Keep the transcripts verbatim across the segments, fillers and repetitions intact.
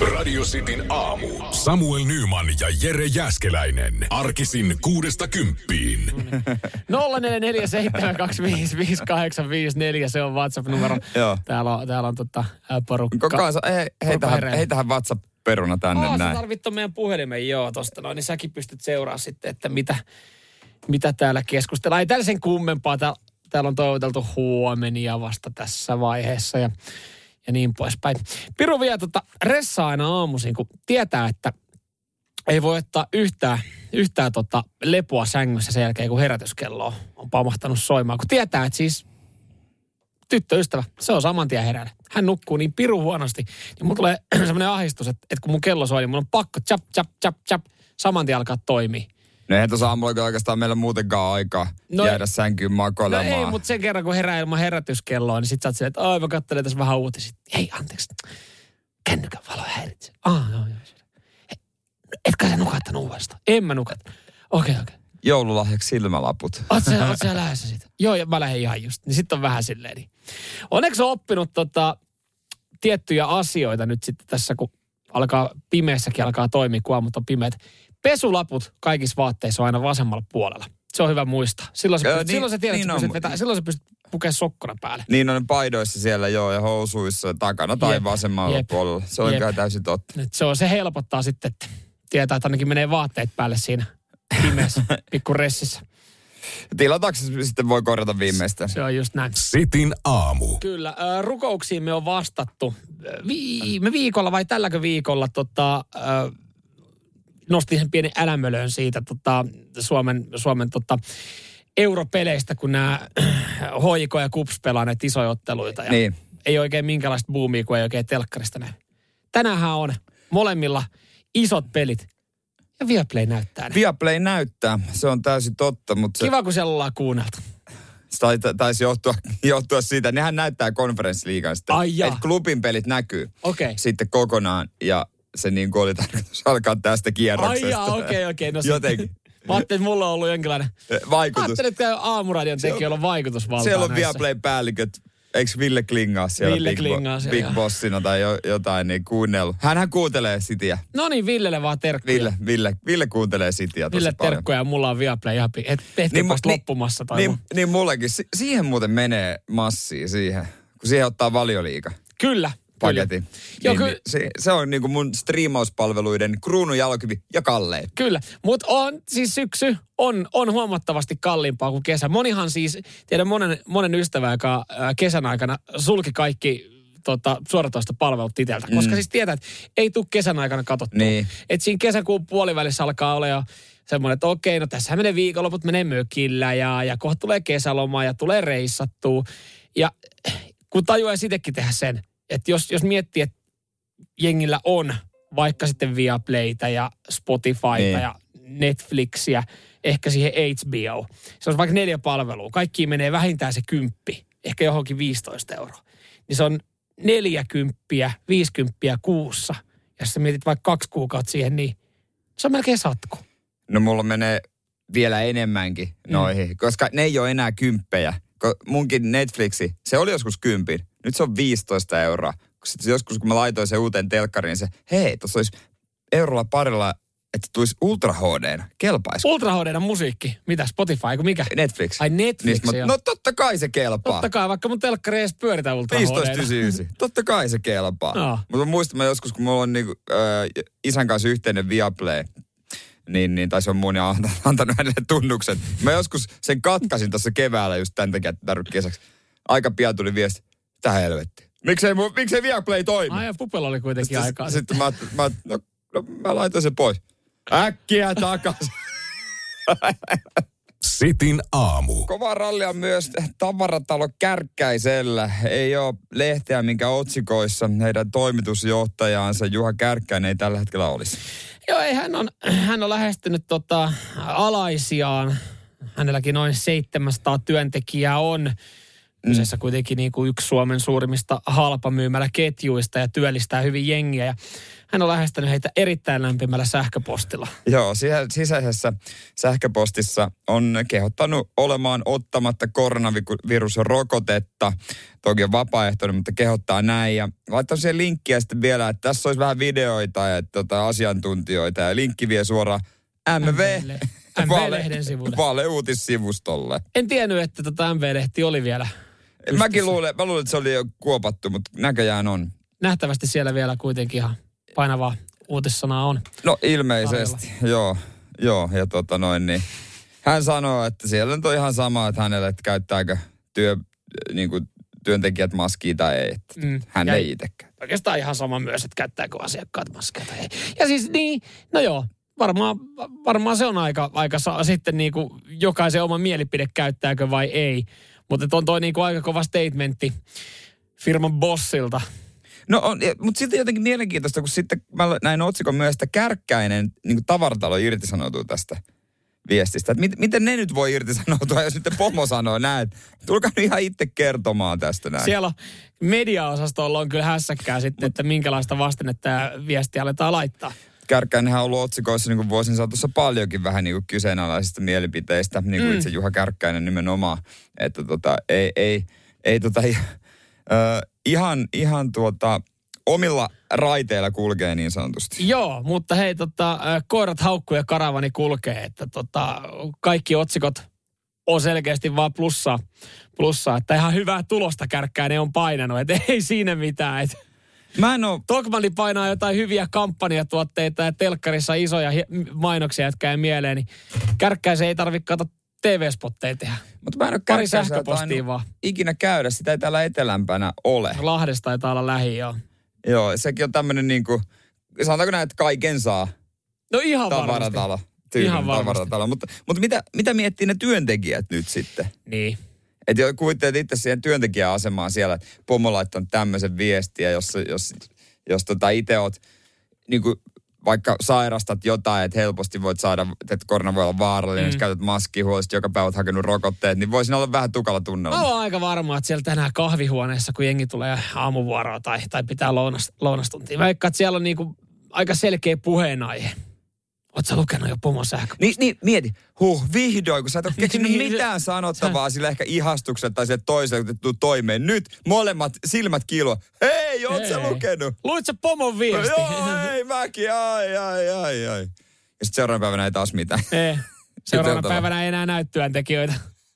Radio Cityn aamu. Samuel Nyman ja Jere Jääskeläinen. Arkisin kuudesta kymppiin. nolla neljä neljä seitsemän kaksi viisi viisi kahdeksan viisi neljä, se on WhatsApp-numero. Täällä on, täällä on tota, porukka. Koko ajan, hei, heitähän, heitähän WhatsApp-peruna tänne oh, näin. Sä tarvit ton meidän puhelimen, joo, tosta noin, niin säkin pystyt seuraamaan sitten, että mitä, mitä täällä keskustellaan. Ei täällä sen kummempaa, täällä, täällä on toivoteltu huomenia vasta tässä vaiheessa ja, ja niin poispäin. Piru vie tota ressaa aina aamuisin, kun tietää, että ei voi ottaa yhtään, yhtään tota lepoa sängyssä sen jälkeen, kun herätyskello on pamahtanut soimaan. Kun tietää, että siis tyttöystävä, se on saman tien herällä. Hän nukkuu niin piru huonosti, niin mulla tulee semmoinen ahdistus, että, että kun mun kello soi, niin mun on pakko chap, chap, chap, chap, saman tien alkaa toimia. No eihän tuossa aamulla oikeastaan meillä muutenkaan aikaa no, jäädä sänkyyn makoilemaan. No ei, mutta sen kerran kun herää ilman herätyskelloa, niin sit sä oot silleen, että ai mä katselen tässä vähän uutisit. Hei, anteeksi, kännykän valo häiritsee. Ah, joo, joo. Etkä sä nukattanut uudestaan? En mä nukattanut. Okei, okay, okei. Okay. Joululahjaksi silmälaput. Oot sä, oot sä lähdössä siitä? Joo, ja mä lähden ihan just. Niin sit on vähän silleen. Niin. Onneksi on oppinut tota, tiettyjä asioita nyt sitten tässä, kun alkaa pimeässäkin alkaa toimia, kun aamut on pimeät. Pesulaput kaikissa vaatteissa on aina vasemmalla puolella. Se on hyvä muistaa. Silloin sä, öö, pystyt, niin, silloin sä tiedät, niin että vetää, silloin sä pystyt pukemaan sokkona päälle. Niin on paidoissa siellä joo ja housuissa takana tai jep, vasemmalla jep, puolella. Se on kyllä täysin totta. Nyt se, on, se helpottaa sitten, että tietää, että ainakin menee vaatteet päälle siinä pimeässä pikku ressissä. Tilataksesi sitten voi korjata viimeistä. Se on just näin. Cityn aamu. Kyllä, äh, rukouksiin me on vastattu. Viime viikolla vai tälläkö viikolla tota, äh, nostin sen pienen älämölön siitä tota, Suomen, Suomen tota, europeleistä, kun nämä H J K ja KuPS pelaa näitä isoja otteluita. Ja niin. Ei oikein minkälaista boomia, kun ei oikein telkkarista näin. Tänäänhän on molemmilla isot pelit. Ja Viaplay näyttää ne. Viaplay näyttää, se on täysin totta, mutta se... Kiva, kun siellä ollaan kuunneltu. Se taisi johtua, johtua siitä, nehän näyttää konferenssiliigan sitten. Ai jaa. Että klubin pelit näkyy okay. sitten kokonaan ja se niin kuin oli tarkoitus alkaa tästä kierroksesta. Ai jaa, okei, okei. Okay, no jotenkin. Mä ajattelin, että mulla on ollut jonkinlainen... Vaikutus. Mä ajattelin, että Aamuradion tekijöillä on vaikutusvaltaa. Siellä on Viaplay-päälliköt. Eikö Ville Klingaa siellä Ville Big, Klingaa bo- Big Bossina tai jo, jotain niin kuunnellut? Hänhän kuuntelee Cityä. No niin, Villelle vaan terkkuja. Ville, Ville, Ville kuuntelee Cityä tosi Ville paljon. terkkuja ja mulla on Viaplay ihan pi- ehti niin, vasta niin, loppumassa. Tai niin, niin mullekin. Si- siihen muuten menee massia siihen, kun siihen ottaa Valioliiga. Kyllä. Paketin. Joo, niin, ky- niin, se, se on niin kuin mun striimauspalveluiden kruununjalokivi ja kallein. Kyllä, mutta on siis syksy on, on huomattavasti kalliimpaa kuin kesä. Monihan siis, tiedän monen, monen ystävä, joka kesän aikana sulki kaikki tota, suoratoista palvelut itseltä. Mm. Koska siis tietää, että ei tule kesän aikana katsottua. Niin. Että siinä kesäkuun puolivälissä alkaa olla jo semmoinen, että okei, no tässä menee viikonloput, menee mökillä ja, ja kohta tulee kesäloma ja tulee reissattua. Ja kun tajuaa sittenkin tehdä sen, että jos, jos miettii, että jengillä on vaikka sitten Viaplayta ja Spotifyta niin. ja Netflixiä, ehkä siihen H B O. Se on vaikka neljä palvelua. Kaikkiin menee vähintään se kymppi, ehkä johonkin viisitoista euroa. Niin se on neljäkymppiä, viisikymppiä kuussa. Ja jos sä mietit vaikka kaksi kuukautta siihen, niin se on melkein satku. No mulla menee vielä enemmänkin noihin, mm. koska ne ei ole enää kymppejä. Munkin Netflixi, se oli joskus kympin. Nyt se on viisitoista euroa. Sitten joskus, kun mä laitoin sen uuteen telkkariin, se, hei, tuossa olisi eurolla parilla, että tulisi Ultra H D:na. Kelpaisi. Ultra H D:na musiikki. Mitä, Spotify, kun mikä? Netflix. Ai Netflix, niin, no totta kai se kelpaa. Totta kai, vaikka mun telkkari ei edes pyöritä Ultra H D:na. viisitoista yhdeksänkymmentäyhdeksän. Totta kai se kelpaa. No. Mutta mä muistan mä joskus, kun mulla on niinku, äh, isän kanssa yhteinen Viaplay, niin, niin tai se on mun ja antanut hänelle tunnuksen. Mä joskus sen katkasin tuossa keväällä just tämän takia, että tarvitse kesäksi. Aika pian tuli viesti, mitä helvettiä. Miksei, miksei Viaplay toimi? Ai ja Pupella oli kuitenkin sitten, aikaa. Sitten mä, mä, no, no, mä laitoin sen pois. Äkkiä takaisin. Cityn aamu. Kova ralli on myös tavaratalo Kärkkäisellä. Ei ole lehteä, minkä otsikoissa heidän toimitusjohtajansa Juha Kärkkäinen ei tällä hetkellä olisi. Joo, ei, hän on, hän on lähestynyt tota, alaisiaan. Hänelläkin noin seitsemänsataa työntekijää on. Kyseessä kuitenkin niin kuin yksi Suomen suurimmista halpamyymäläketjuista ja työllistää hyvin jengiä. Ja hän on lähestynyt heitä erittäin lämpimällä sähköpostilla. Joo, sisäisessä sähköpostissa on kehottanut olemaan ottamatta koronavirusrokotetta. Toki on vapaaehtoinen, mutta kehottaa näin. Ja laittaa siihen linkkiä sitten vielä, että tässä olisi vähän videoita ja tota, asiantuntijoita. Ja linkki vie suoraan M V. M V-lehden sivulle. Vaaleuutissivustolle. En tiennyt, että tota M V-lehti oli vielä pystyssä. Mäkin luulen, mä luulen, että se oli jo kuopattu, mutta näköjään on. Nähtävästi siellä vielä kuitenkin ihan painavaa uutissanaa on. No ilmeisesti, tarjolla. joo. Joo, ja tota noin, niin hän sanoo, että siellä on ihan sama, että hänelle, että käyttääkö työ, niin kuin työntekijät maskia tai ei. Että mm. Hän ja ei itsekään. Oikeastaan ihan sama myös, että käyttääkö asiakkaat maskia tai ei. Ja siis niin, no joo. Varmaan, varmaan se on aika, aika sa- sitten niin kuin jokaisen oma mielipide käyttääkö vai ei. Mutta on toi niin kuin aika kova statementti firman bossilta. No on, mutta sitten jotenkin mielenkiintoista, kun sitten mä näin otsikon myös, että Kärkkäinen niin kuin tavaratalo irtisanoutuu tästä viestistä. Että mit, miten ne nyt voi irtisanoutua, jos nyt pomo sanoo näin. Tulkaa nyt ihan itse kertomaan tästä näin. Siellä mediaosastolla on kyllä hässäkkää sitten, että minkälaista vastennetta tämä viesti aletaan laittaa. Kärkkäinenhän on ollut otsikoissa niin kuin vuosien saatossa paljonkin vähän niin kuin kyseenalaisista mielipiteistä, niin kuin mm. itse Juha Kärkkäinen nimenomaan. Että tota, ei, ei, ei tota, äh, ihan, ihan tuota, omilla raiteilla kulkee niin sanotusti. Joo, mutta hei, tota, koirat haukkuu ja karavani kulkee, että tota, kaikki otsikot on selkeästi vaan plussaa, plussaa, että ihan hyvää tulosta Kärkkäinen on painanut, että ei siinä mitään, että Mä en oo... Tokmanni painaa jotain hyviä kampanjatuotteita ja telkkarissa isoja mainoksia, jotka käy mieleen, niin Kärkkäisen ei tarvitse katsoa T V-spotteja tehdä. Mutta mä en ole Pari sähköpostia vaan. Ikinä käydä, sitä ei täällä etelämpänä ole. Lahdesta taitaa olla lähi, joo. Joo, sekin on tämmönen niinku, sanotaanko näin, että kaiken saa. No ihan tavaratalo. varmasti. Tyylin ihan varmasti. Tavaratalo. Mutta, mutta mitä, mitä miettii ne työntekijät nyt sitten? Niin. Että kuvittelet itse siihen työntekijäasemaan siellä, että pomo laittanut tämmöisen viestiä, jos, jos, jos tota itse oot niin kuin vaikka sairastat jotain, että helposti voit saada, että korona voi olla vaarallinen, mm. jos käytät maskia huolesti, joka päivä oot hakenut rokotteet, niin voisin olla vähän tukala tunnelma. Mä oon aika varma, että siellä tänään kahvihuoneessa, kun jengi tulee aamuvuoroa tai, tai pitää lounas, lounastuntia. Vaikka että siellä on niinku aika selkeä puheenaihe. Oot sä lukenut jo pomon sähköpostia? Niin, niin, mieti. Huh, vihdoin, kun sä et ole keksinyt niin, mitään sanottavaa sille ehkä ihastukselle tai sille toiselle, kun tuu toimeen. Nyt molemmat silmät kiilua. Hei, oot sä lukenut? Luit sä pomon viesti? No, joo, ei mäkin, ai, ai, ai, ai. Ja sit seuraavana päivänä ei taas mitään. Ei, seuraavana päivänä ei enää näy työntekijöitä.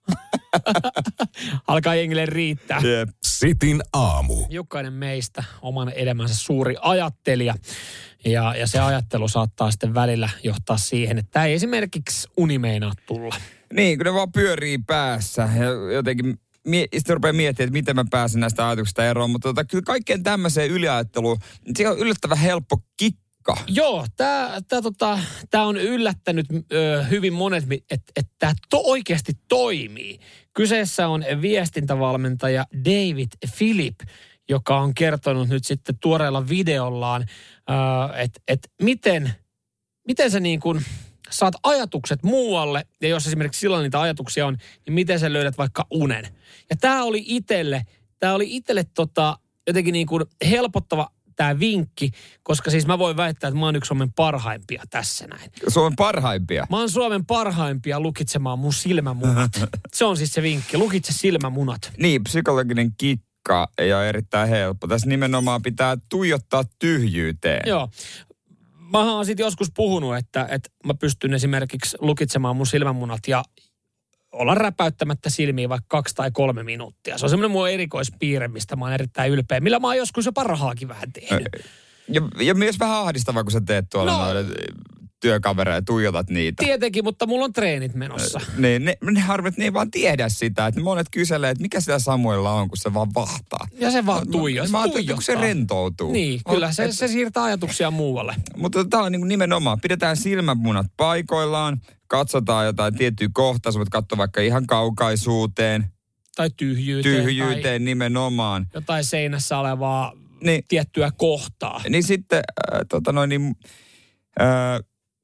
Alkaa jengille riittää. Yep. Sitin aamu. Jokainen meistä oman elämänsä suuri ajattelija. Ja, ja se ajattelu saattaa sitten välillä johtaa siihen, että ei esimerkiksi uni meinaa tulla. Niin, kun ne vaan pyörii päässä ja jotenkin mie- sitten rupeaa miettimään, että miten mä pääsen näistä ajatuksista eroon. Mutta tota, kyllä kaikkeen tämmöiseen yliajatteluun, se on yllättävän helppo kikka. Joo, tämä tota, on yllättänyt ö, hyvin monet, että et tämä to, oikeasti toimii. Kyseessä on viestintävalmentaja David Philip, joka on kertonut nyt sitten tuoreella videollaan, että et miten, miten sä niin kuin saat ajatukset muualle, ja jos esimerkiksi silloin niitä ajatuksia on, niin miten sä löydät vaikka unen. Ja tämä oli itselle, tämä oli itselle tota, jotenkin niin kuin helpottava tämä vinkki, koska siis mä voin väittää, että mä oon yksi Suomen parhaimpia tässä näin. Suomen parhaimpia? Mä oon Suomen parhaimpia lukitsemaan mun silmämunat. Se on siis se vinkki, lukitse silmämunat. Niin, psykologinen kikka ei ole erittäin helppo. Tässä nimenomaan pitää tuijottaa tyhjyyteen. Joo. Mä oon sitten joskus puhunut, että, että mä pystyn esimerkiksi lukitsemaan mun silmämunat ja olla räpäyttämättä silmiä vaikka kaksi tai kolme minuuttia. Se on semmoinen mun erikoispiirre, mistä mä oon erittäin ylpeä, millä mä oon joskus jo parhaakin vähän tehnyt. Ja, ja myös vähän ahdistavaa, kun sä teet tuolla no, noille työkavereja ja tuijotat niitä. Tietenkin, mutta mulla on treenit menossa. Niin, ne, ne harvit, ne ei vaan tiedä sitä. Että monet kyselee, että mikä sillä Samuella on, kun se vaan vahtaa. Ja se vaan tuijottaa. Mä ajattelin, että se rentoutuu. Niin, kyllä se, se siirtää ajatuksia muualle. Mutta tämä on niin nimenomaan. Pidetään silmämunat paikoillaan, katsotaan jotain tiettyä kohtaa. Sä voit katsoa vaikka ihan kaukaisuuteen. Tai tyhjyyteen. Tyhjyyteen tai nimenomaan. Jotain seinässä olevaa niin, tiettyä kohtaa. Niin sitten, äh, tota noin, niin, äh,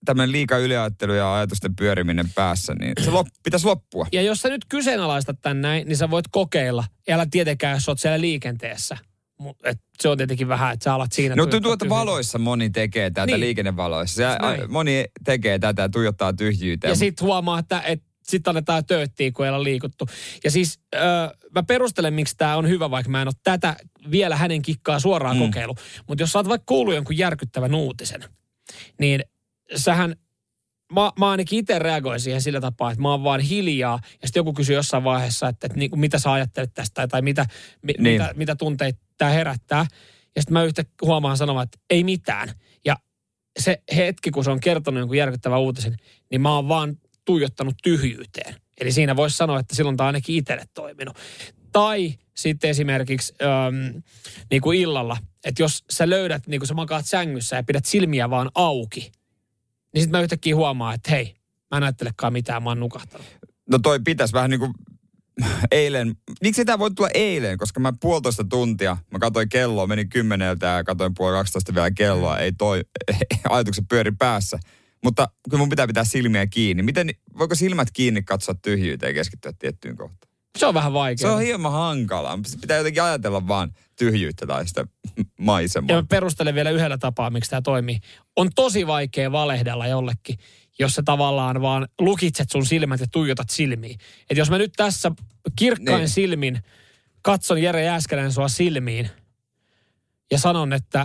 tämmöinen liika yliajattelu ja ajatusten pyöriminen päässä, niin se lop, pitäisi loppua. Ja jos sä nyt kyseenalaistat tän näin, niin sä voit kokeilla. Älä tietenkään, jos sä oot siellä liikenteessä. Et se on tietenkin vähän, että sä alat siinä. No tuntuu, että valoissa moni tekee tätä, niin. Liikennevaloissa. Se, a, moni tekee tätä ja tuijottaa tyhjyyteen. Ja sit huomaa, että et, sit annetaan tööttiä, kun ei ole liikuttu. Ja siis öö, mä perustelen, miksi tää on hyvä, vaikka mä en ole tätä vielä hänen kikkaa suoraan mm. kokeilu. Mutta jos sä oot vaikka kuullut jonkun järkyttävän uutisen, niin sähän, mä, mä ainakin itse reagoin siihen sillä tapaa, että mä oon vaan hiljaa. Ja sitten joku kysyy jossain vaiheessa, että, että niin, mitä sä ajattelet tästä tai mitä, mi, niin. mitä, mitä tunteita tämä herättää. Ja sitten mä yhtä huomaan sanomaan, että ei mitään. Ja se hetki, kun se on kertonut jonkun järkyttävän uutisen, niin mä oon vaan tuijottanut tyhjyyteen. Eli siinä voisi sanoa, että silloin tämä on ainakin itselle toiminut. Tai sitten esimerkiksi äm, niin kuin illalla, että jos sä löydät, niin kuin sä makaat sängyssä ja pidät silmiä vaan auki, niin sitten mä yhtäkkiä huomaan, että hei, mä en ajattelekaan mitään, mä oon nukahtanut. No toi pitäisi vähän niin kuin eilen, miksi tämä voi tulla eilen, koska mä puolitoista tuntia, mä katsoin kelloa, menin kymmeneltä ja katsoin puoli kaksitoista vielä kelloa, ei toi, ajatukset pyöri päässä. Mutta kun mun pitää pitää silmiä kiinni, miten, voiko silmät kiinni katsoa tyhjyyteen ja keskittyä tiettyyn kohtaan? Se on vähän vaikeaa. Se on hieman hankalaa. Pitää jotenkin ajatella vaan tyhjyyttä tai sitä maisemaa. Ja mä perustelen vielä yhdellä tapaa, miksi tämä toimii. On tosi vaikea valehdella jollekin, jos sä tavallaan vaan lukitset sun silmät ja tuijotat silmiin. Että jos mä nyt tässä kirkkain niin. silmin katson Jere Jääskeläinen sua silmiin ja sanon, että,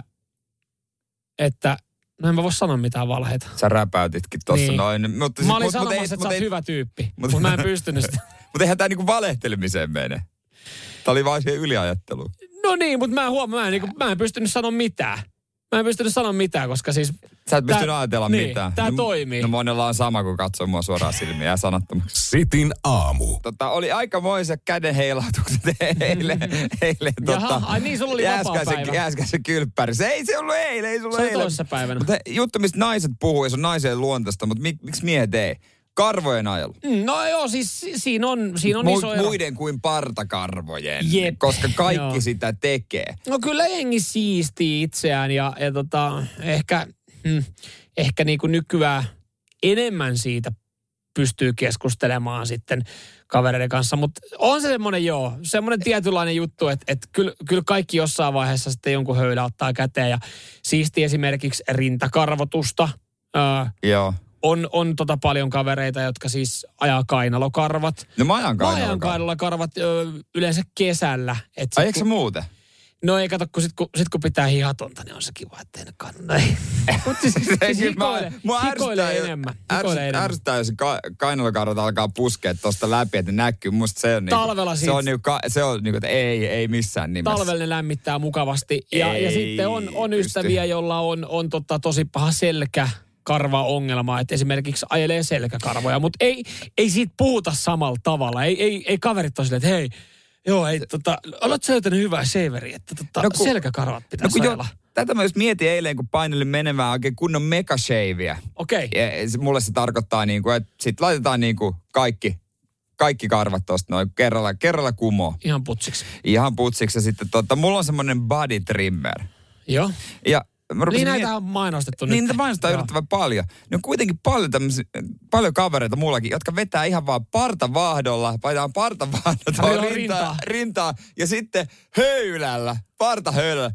että no en mä voi sanoa mitään valheita. Sä räpäytitkin tossa niin. noin. Mutta, mä olin mut, sanomassa, mut, että mut, sä oot ei, hyvä tyyppi, mutta mut, mut mä en pystynyt sitä. Mutta eihän tää niinku valehtelemiseen mene. Tää oli vaan siihen yliajatteluun. No niin, mutta mä huomaan, mä en, niinku, mä en pystynyt sanoa mitään. Mä en pystynyt sanoa mitään, koska siis... Sä et pystynyt ajatella niin, mitään. Tää no, toimii. No monella on sama, kun katsoo mua suoraan silmiä ja sanattomaksi. Sitin aamu. Tota, oli aikamoiset kädenheilautukset eilen. eilen Jaha, tota, ai niin, sulla oli vapaa-päivä. Jääskäisen kylppäri. Se ei se ollut eilen, ei se ollut se eilen. Se oli toisessa päivänä. Mutta juttu, mistä naiset puhuu, ja se on naiseen luontaista, mutta mik, miksi miehet ei? Karvojen ajelu. No joo, siis siinä on, siinä on Mu- iso ero. Muiden kuin partakarvojen, Jep. koska kaikki joo. sitä tekee. No kyllä jengi siistii itseään ja, ja tota, ehkä, hmm, ehkä niinku nykyään enemmän siitä pystyy keskustelemaan sitten kavereiden kanssa. Mutta on se semmoinen joo, semmoinen tietynlainen juttu, että, että kyllä, kyllä kaikki jossain vaiheessa sitten jonkun höylä ottaa käteen ja siistii esimerkiksi rintakarvotusta. Öö, joo. On, on tota paljon kavereita, jotka siis ajaa kainalokarvat. No mä ajan kainalokarvat. Mä ajan kainalokarvat ö, yleensä kesällä. Ai eikö se muuten? No ei kato, kun sit, kun sit kun pitää hihatonta, niin on se kiva, ettei ne kanna. Mutta siis, siis hikoilee, hikoilee enemmän. Hikoilee enemmän. Ärsyttää, jos ka, kainalokarvat alkaa puskea tosta läpi, että ne näkyy. Musta se on niinku, talvella se on niinku, se on niinku, että ei, ei missään nimessä. Talvella ne lämmittää mukavasti. Ja, ja sitten on, on ystäviä, joilla on, on totta, tosi paha selkä. Karva-ongelmaa, että esimerkiksi ajelee selkäkarvoja, mutta ei, ei siitä puhuta samalla tavalla. Ei, ei, ei kaverit ole silleen, että hei, joo, ei, tota, olet sä löytänyt hyvää shaveri, että tota, no kun, selkäkarvat pitäisi no ajella. Jo, tätä mä just mietin eilen, kun painelin menevää oikein kunnon megashaveä. Okei. Okay. Mulle se tarkoittaa niin kuin, että sit laitetaan niin kuin kaikki, kaikki karvat tosta noin kerralla, kerralla kumoon. Ihan putsiksi. Ihan putsiksi ja sitten tota, mulla on semmoinen body trimmer. Joo. Ja niin näitä on mainostettu niin, nyt. Niin niitä mainostaa yllättävän paljon. Ne on kuitenkin paljon tämmöisiä, paljon kavereita mullakin, jotka vetää ihan vaan partavahdolla, paitaan partavahdolla rintaa, rintaa. rintaa ja sitten höylällä, partahöylällä.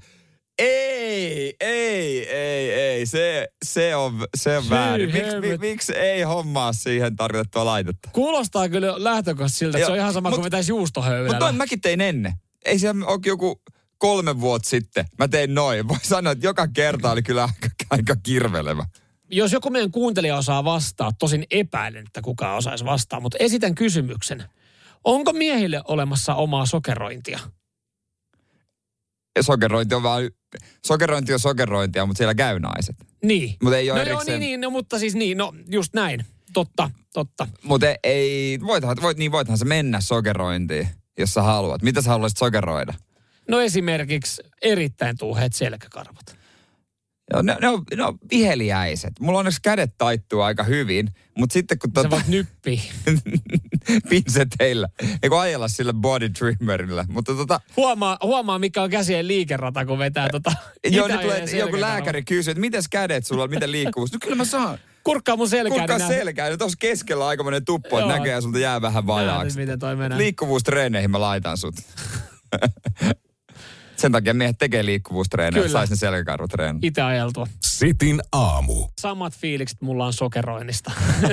Ei, ei, ei, ei, se, se on, se on väärin. Miksi mi, miksi ei hommaa siihen tarkoitettua laitetta? Kuulostaa kyllä lähtökohtaisesti siltä, että jo, se on ihan sama mut, kuin vetäisi juustohöylällä. Mutta noin mäkin tein ennen. Ei se ole joku... Kolme vuotta sitten mä tein noin. Voi sanoa, että joka kerta oli kyllä aika, aika kirvelevä. Jos joku meidän kuuntelija osaa vastaa, tosin epäilen, että kukaan osaisi vastaa, mutta esitän kysymyksen. Onko miehille olemassa omaa sokerointia? Sokerointi on vaan, sokerointi on sokerointia, mutta siellä käy naiset. Niin. Mutta ei ole no erikseen. joo, niin, niin, no, mutta siis niin, no just näin. Totta, totta. Mutta ei, voithan, voit, niin voithan se mennä sokerointiin, jos sä haluat. Mitä sä haluaisit sokeroida? No esimerkiksi erittäin tuuheet selkäkarvat. Joo, ne, ne, on, ne on viheliäiset. Mulla onneksi kädet taittuu aika hyvin, mutta sitten kun... Sä tota... voit nyppiä. Pinseteillä. Eikö ajella sillä body trimmerillä, mutta tota... Huomaa, huomaa mikä on käsien liikerata, kun vetää tota... Joo, ne tulee, joku lääkäri kysyy, että mites kädet sulla on, miten liikkuvuus? No kyllä mä saan. kurkkaa mun selkään. Kurkkaa niin selkään. Nyt tuossa keskellä aikamoinen tuppo, että näköjään sulta jää vähän vajaaksi. Miten toi menee. Liikkuvuustreeneihin mä laitan sut. Sen takia miehet tekee liikkuvuustreenejä, että sais ne selkäkarvatreenejä. Itse ajeltua. Sitin aamu. Samat fiilikset mulla on sokeroinnista.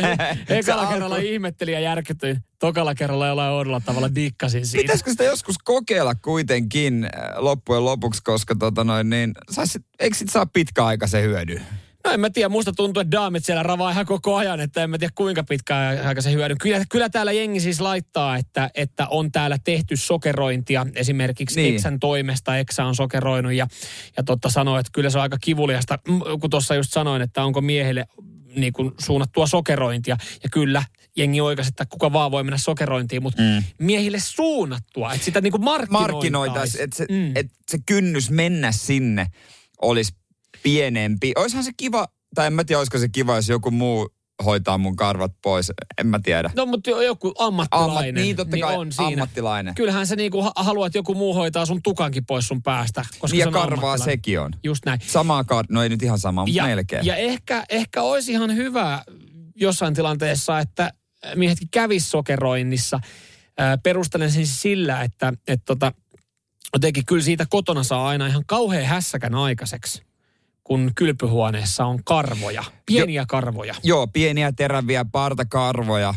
Ekalla kerralla ihmettelin ja järkytyin. Tokalla kerralla jollain oudolla tavalla dikkasin siitä. Pitäisikö sitä joskus kokeilla kuitenkin loppujen lopuksi, koska tota noin, niin, saisit, eikö sit saa pitkäaikaisen hyödyn? No en mä tiedä, musta tuntuu, että daamit siellä ravaa ihan koko ajan, että en mä tiedä kuinka pitkään se hyödyn. Kyllä, kyllä täällä jengi siis laittaa, että, että on täällä tehty sokerointia esimerkiksi niin. Eksän toimesta. Eksä on sokeroinut ja, ja totta sanoo, että kyllä se on aika kivuliasta, kun tuossa just sanoin, että onko miehille niin kuin suunnattua sokerointia. Ja kyllä, jengi oikaisi, että kuka vaan voi mennä sokerointiin, mutta mm. miehille suunnattua, että sitä niin kuin markkinoitaisiin. Markkinoitaisiin, että se, mm. et se kynnys mennä sinne olisi pienempi. Oishan se kiva, tai en mä tiedä, olisiko se kiva, jos joku muu hoitaa mun karvat pois. En mä tiedä. No, mutta joku ammattilainen. Ammat, niin, totta kai niin on siinä. Ammattilainen. Kyllähän se niinku haluaa, että joku muu hoitaa sun tukankin pois sun päästä. Koska niin ja se karvaa sekin on. Just näin. Samaa kar... No ei nyt ihan samaa, mutta ja, melkein. Ja ehkä, ehkä olisi ihan hyvä jossain tilanteessa, että miehetkin kävis sokeroinnissa. Perustelen siis sillä, että et tota, jotenkin kyllä siitä kotona saa aina ihan kauhean hässäkän aikaiseksi, kun kylpyhuoneessa on karvoja, pieniä jo, karvoja. Joo, pieniä teräviä partakarvoja,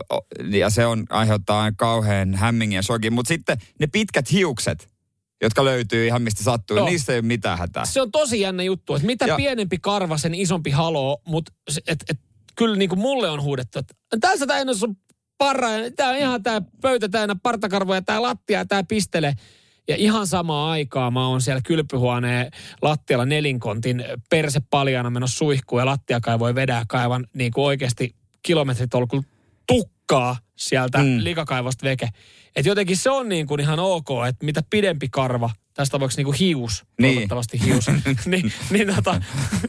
ja se on aiheuttaa kauhean hämmingin ja shokin. Mutta sitten ne pitkät hiukset, jotka löytyy ihan mistä sattuu, no. Niistä ei ole mitään hätää. Se on tosi jännä juttu, että mitä ja. pienempi karva, sen isompi haloo, mutta et, et, kyllä niin kuin mulle on huudettu, että tässä tämä on sun parra, tämä on ihan tämä pöytä täynnä partakarvoja, tämä lattia, tämä pistelee. Ja ihan samaan aikaan mä oon siellä kylpyhuoneen lattialla nelinkontin perse paljana menossa suihkuun ja lattiakaan ei voi vedää kaivan niin kuin oikeasti kilometritolkulla tukkaa sieltä mm. likakaivosta veke. Että jotenkin se on niin kuin ihan ok, että mitä pidempi karva, tästä voiko niin kuin hius, niin. Toivottavasti hius, niin, niin tota,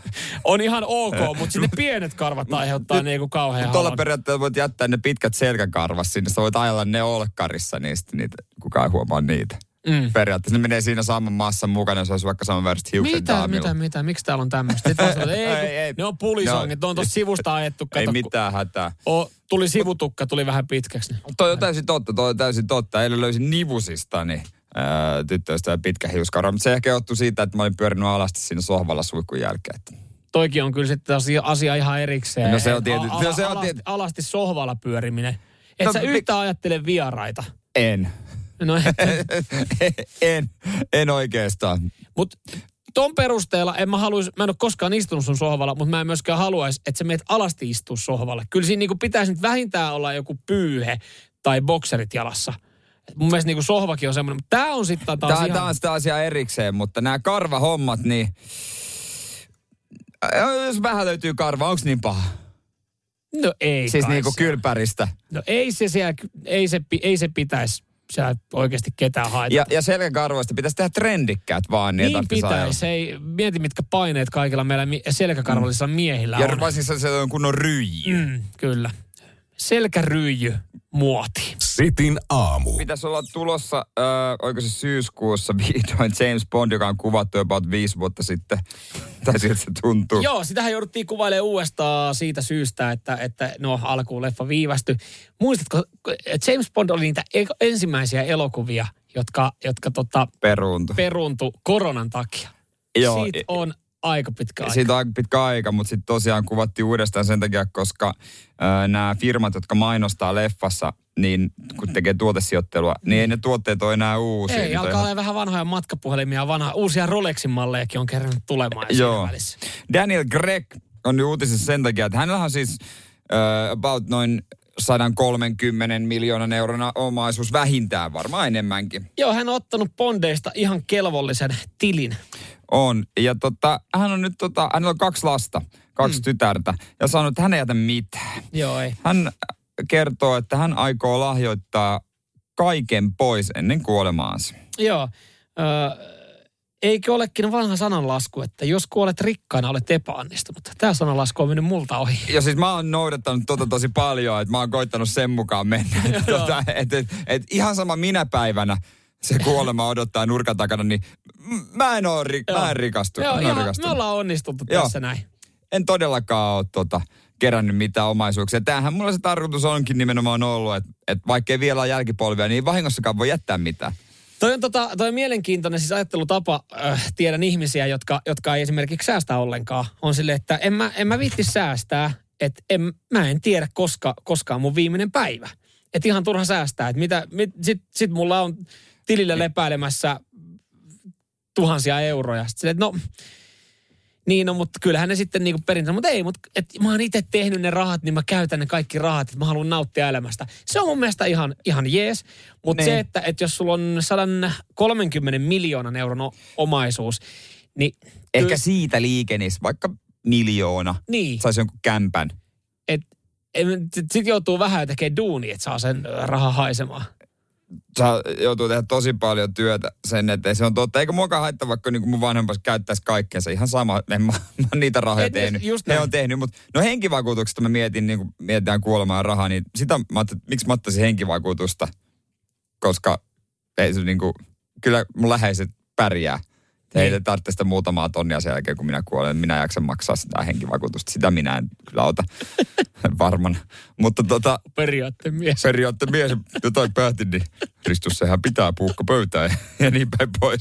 on ihan ok, mutta sitten pienet karvat aiheuttaa niin kuin kauhean halon. Tuolla periaatteella voit jättää ne pitkät selkäkarvas sinne, sä voit ajella ne olkkarissa niistä, niitä, kukaan ei huomaa niitä. Mm. Periaatteessa ne menee siinä saman massan mukana, jos olisi vaikka saman väriset hiukset mitä, daamilla. Mitä, mitä, miksi täällä on tämmöistä? Ei, ei, ei, ne on pulisongit, no, ne on tuossa sivusta ajettu. Kato, ei mitään hätää. O, tuli sivutukka, tuli vähän pitkäksi. Niin. Toi on täysin totta, toi on täysin totta. Eilen löysin nivusistani ää, tyttöystä pitkä hiuskarva, mutta se ehkä johtui siitä, että mä olin pyörinyt alasti siinä sohvalla suihkun jälkeen. Toikin on kyllä sitten asia ihan erikseen. No se on tietysti. Ala, no se on alasti, tiety... alasti sohvalla pyöriminen. Et no, sä mi... yhtään ajattele vieraita. En. No, en, en oikeastaan. Mutta ton perusteella en mä haluaisi, mä en ole koskaan istunut sun sohvalla, mutta mä en myöskään haluaisi, että sä meet alasti istua sohvalle. Kyllä siinä niinku pitäisi nyt vähintään olla joku pyyhe tai bokserit jalassa. Mun mielestä niinku sohvakin on semmoinen, mutta tää on sitten taas tää, ihan... Tää on sitä asiaa erikseen, mutta nämä karvahommat, niin... Jos vähän löytyy karva, onko niin paha? No ei Siis kai niinku se. kylpäristä. No ei se siellä, ei se, ei se pitäisi siellä oikeasti ketään haitata. Ja, ja selkäkarvoista pitäisi tehdä trendikkäät vaan. Niin, niin pitäisi. Ei, mieti mitkä paineet kaikilla meillä selkäkarvallisilla mm. miehillä ja on. Ja varsinkin se on kunnon ryijy. Mm, kyllä. Selkäryijy muoti. Sitin aamu. Pitäisi olla tulossa, äh, oiko se syyskuussa vihdoin James Bond, joka on kuvattu about viisi vuotta sitten. Tai siltä se tuntuu. Joo, sitähän jouduttiin kuvailemaan uudestaan siitä syystä, että, että no alkuun leffa viivästyi. Muistatko, James Bond oli niitä ensimmäisiä elokuvia, jotka, jotka tota, peruuntu. peruuntu koronan takia. Joo. Siitä on aika pitkä aika. Siitä on aika pitkä aika, mutta sitten tosiaan kuvattiin uudestaan sen takia, koska äh, nämä firmat, jotka mainostaa leffassa, niin kun tekee tuotesijoittelua, mm. niin ei ne tuotteet ole enää uusia. Ei, alkaa ihan... olla vähän vanhoja matkapuhelimia, vanha, uusia Rolexin mallejakin on kerran tulemaan Joo. välissä. Daniel Craig on uutisissa sen takia, että hänellä on siis äh, about noin sata kolmekymmentä miljoonan euron omaisuus vähintään, varmaan enemmänkin. Joo, hän on ottanut Bondeista ihan kelvollisen tilin. On. Ja tota, hän on nyt, tota, hänellä on kaksi lasta, kaksi mm. tytärtä, ja sanonut, että hän ei jätä mitään. Joo, ei. Hän kertoo, että hän aikoo lahjoittaa kaiken pois ennen kuolemaansa. Joo. Ö, eikö olekin vanha sananlasku, että jos kuolet rikkaana, olet epäonnistunut. Tämä sananlasku on mennyt multa ohi. Ja siis mä oon noudattanut tota tosi paljon, että mä oon koittanut sen mukaan mennä. tota, et, et, et ihan sama minä päivänä se kuolema odottaa nurkan takana, niin mä en oo ri, mä en rikastu. Joo, en ihan, me ollaan onnistuttu Joo. tässä näin. En todellakaan ole tota, kerännyt mitään omaisuuksia. Tämähän mulla se tarkoitus onkin nimenomaan ollut, että, että vaikka ei vielä ole jälkipolvia, niin vahingossakaan voi jättää mitään. Toi on, tota, toi on mielenkiintoinen siis ajattelutapa. Äh, tiedän ihmisiä, jotka, jotka ei esimerkiksi säästä ollenkaan. On silleen, että en mä, en mä viitti säästää, että en, mä en tiedä koska, koska on mun viimeinen päivä. Että ihan turha säästää. Että mitä, mit, sit, sit mulla on tilillä lepäilemässä tuhansia euroja. Sitten silleen, että no, niin no, mutta kyllähän ne sitten niinku perintä, mutta ei, mutta että mä oon itse tehnyt ne rahat, niin mä käytän ne kaikki rahat, että mä haluan nauttia elämästä. Se on mun mielestä ihan, ihan jees, mutta se, että, että jos sulla on sata kolmekymmentä miljoonan euron omaisuus, niin... Ehkä kyllä, siitä liikenis, vaikka miljoona, niin, saisi jonkun kämpän. Sitten joutuu vähän tekemään duunia, että saa sen rahan haisemaan. Saa, joutuu tehdä tosi paljon työtä sen eteen. Se on totta. Eikä muakaan haittaa, vaikka niin mun vanhempas käyttäisi kaikkeensa. Ihan sama. En mä, mä oon niitä rahoja Et, tehnyt. Ne on tehnyt. Mutta no henkivakuutuksesta mä mietin, niin kun mietitään kuolemaa rahaa, niin sitä mä ajattelin, miksi mä ottaisin henkivakuutusta? Koska ei se niin kuin, kyllä mun läheiset pärjää. Ei te tarvitse sitä muutamaa tonnia sen jälkeen, kun minä kuolen. Minä jaksan maksaa sitä henkivakuutusta. Sitä minä en kyllä ota varmana. Mutta tota... Periaatteen mies. Periaatteen mies. Jotain päätin, niin Ristus, sehän pitää puukko pöytään ja, ja niin päin pois.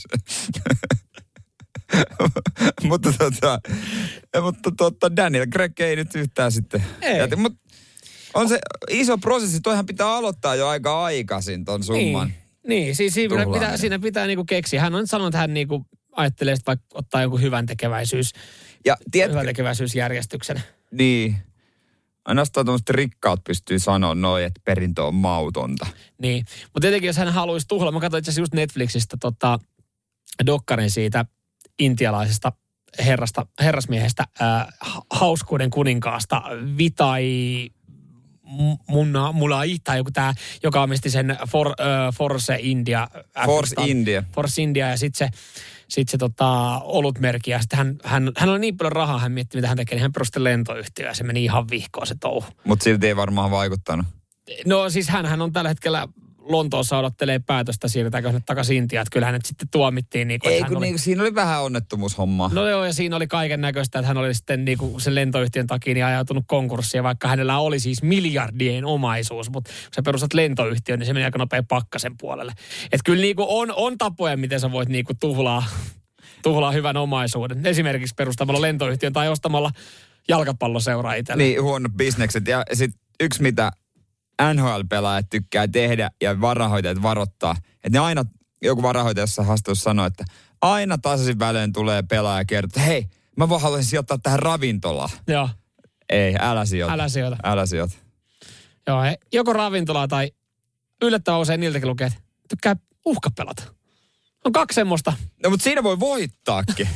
mutta tota... Mutta tota, Daniel Craig ei nyt yhtään sitten... Ei. Jäti, mutta on se iso prosessi. Toihan pitää aloittaa jo aika aikaisin ton summan. Niin, niin siis siinä pitää, siinä pitää niinku keksiä. Hän on sanonut, että hän niinku... ajattelee sitten vaikka ottaa jonkun hyvän tekeväisyys, ja tiedätkö, hyvän tekeväisyysjärjestyksen. Niin. Ainoastaan tuommoiset rikkaat pystyy sanoa noin, että perintö on mautonta. Niin. Mutta tietenkin, jos hän haluaisi tuhlaa, mä katsoin itse asiassa just Netflixistä tota, dokkarin siitä intialaisesta herrasta, herrasmiehestä, äh, hauskuuden kuninkaasta, Vitai Munna, Mulai, tai joku tää, joka omisti sen For, uh, Force India. Force India. Force India, ja sitten se, sit se tota, olutmerkki, ja sitten hän, hän, hän oli niin paljon rahaa, hän mietti, mitä hän tekee, niin hän perusti lentoyhtiö, ja se meni ihan vihkoon se touhu. Mutta silti ei varmaan vaikuttanut. No siis hänhän on tällä hetkellä Lontoossa odottelee päätöstä, siirretäänkö sinne takaisin Intiaan, että kyllä hänet sitten tuomittiin. Niin kuin, ei, kun oli... niin, siinä oli vähän onnettomuushommaa. No joo, ja siinä oli kaiken näköistä, että hän oli sitten niin kuin sen lentoyhtiön takia niin ajautunut konkurssiin, vaikka hänellä oli siis miljardien omaisuus, mutta kun sä perustat lentoyhtiön, niin se meni aika nopea pakkasen puolelle. Että kyllä niin kuin on, on tapoja, miten sä voit niin kuin tuhlaa, tuhlaa hyvän omaisuuden. Esimerkiksi perustamalla lentoyhtiön tai ostamalla jalkapalloseuraa itselle. Niin, huonot bisnekset. Ja sitten yksi, mitä N H L-pelaajat tykkää tehdä ja varahoitajat varoittaa. Että ne aina, joku varahoitaja jossain haastattelussa sanoo, että aina tasaisin välein tulee pelaaja ja kertoo, että hei, mä vaan haluaisin sijoittaa tähän ravintolaan. Joo. Ei, älä sijoita. Älä sijoita. Älä sijoita. Joo, he, joko ravintolaa tai yllättävän usein niiltäkin lukee, että tykkää uhkapelata. On kaksi semmoista. No, mutta siinä voi voittaakin.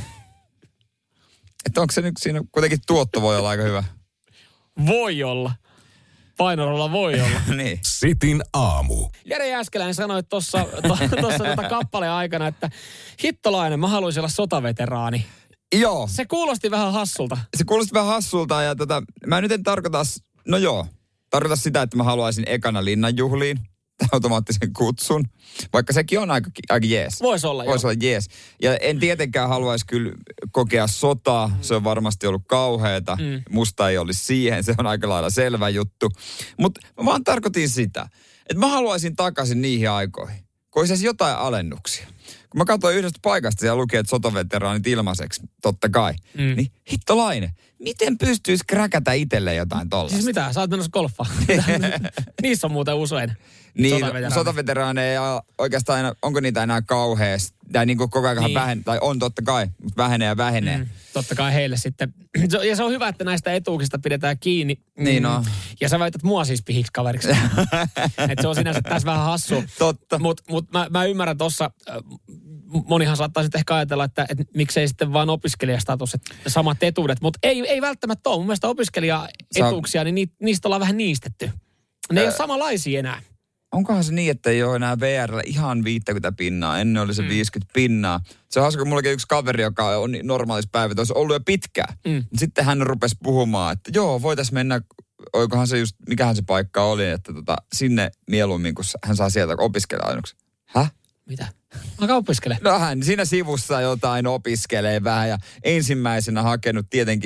Että onko se nyt siinä, kuitenkin tuotto voi olla aika hyvä. Voi olla. Painorolla voi olla. Niin. Sitin aamu. Jere Jääskeläinen sanoi tuossa to, tuota kappaleen aikana, että hittolainen, mä haluaisin olla sotaveteraani. Joo. Se kuulosti vähän hassulta. Se kuulosti vähän hassulta ja tota, mä nyt en tarkoita, no joo, tarkoita sitä, että mä haluaisin ekana linnanjuhliin automaattisen kutsun. Vaikka sekin on aika, aika jees. Voisi olla, Voisi olla jees. Ja en tietenkään haluaisi kyllä kokea sotaa. Mm. Se on varmasti ollut kauheata. Mm. Musta ei olisi siihen. Se on aika lailla selvä juttu. Mutta mä vaan tarkoitin sitä, että mä haluaisin takaisin niihin aikoihin, kun olisi jotain alennuksia. Kun mä katsoin yhdestä paikasta ja luki, että sotaveteraanit ilmaiseksi, totta kai. Mm. Niin hittolainen, miten pystyisi kräkätä itselle jotain tollaista? Siis mitä? Sä oot menossa golfaan. Niissä on muuten usein. Niin, sotaveteraaneja. sotaveteraaneja oikeastaan aina, onko niitä enää kauheasti? Tai niin kuin koko ajan niin. vähenee, tai on totta kai, mutta vähenee ja vähenee. Mm, totta kai heille sitten. Ja se on hyvä, että näistä etuuksista pidetään kiinni. Niin on. Ja sä väität mua siis pihiksi kaveriksi. Että se on sinänsä tässä vähän hassu. Totta. Mutta mut mä, mä ymmärrän tossa, monihan saattaa sitten ehkä ajatella, että et miksei sitten vaan opiskelijastatus, että samat etuudet. Mutta ei, ei välttämättä ole. Mun mielestä opiskelijaetuuksia, niin ni, niistä ollaan vähän niistetty. Ne ei äh. ole samanlaisia enää. Onkohan se niin, että ei ole enää V R:llä ihan viittäkymmentä pinnaa. Ennen oli se mm. viisikymmentä pinnaa. Se on hauska, kun mullakin yksi kaveri, joka on normaalissa päivätöissä ollut jo pitkään. Mm. Sitten hän rupesi puhumaan, että joo, voitaisiin mennä, oikohan se just, mikähän se paikka oli, että tota, sinne mieluummin, kun hän saa sieltä opiskella-ainuksen. Häh? Mitä? Alkaa opiskele. No hän siinä sivussa jotain opiskelee vähän ja ensimmäisenä hakenut tietenkin